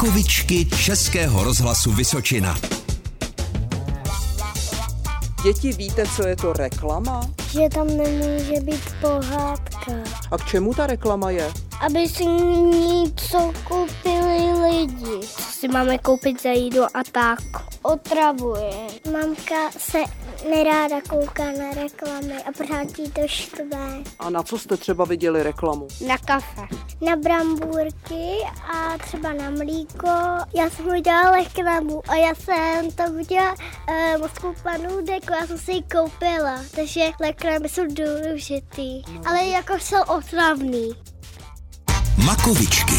Makovičky Českého rozhlasu Vysočina. Děti, víte, co je to reklama? Že tam nemůže být pohádka. A k čemu ta reklama je? Aby si něco koupili lidi. Co si máme koupit za jídlo a tak. Otravuje. Mamka se neráda kouká na reklamy a pořád jí to štve. A na co jste třeba viděli reklamu? Na kafe. Na brambůrky a třeba na mlíko. Já jsem udělala reklamu a já jsem tam udělala mořskou panůdek, já jsem si ji koupila. Takže reklamy jsou důležitý, ale jako jsou otravný. Makovičky.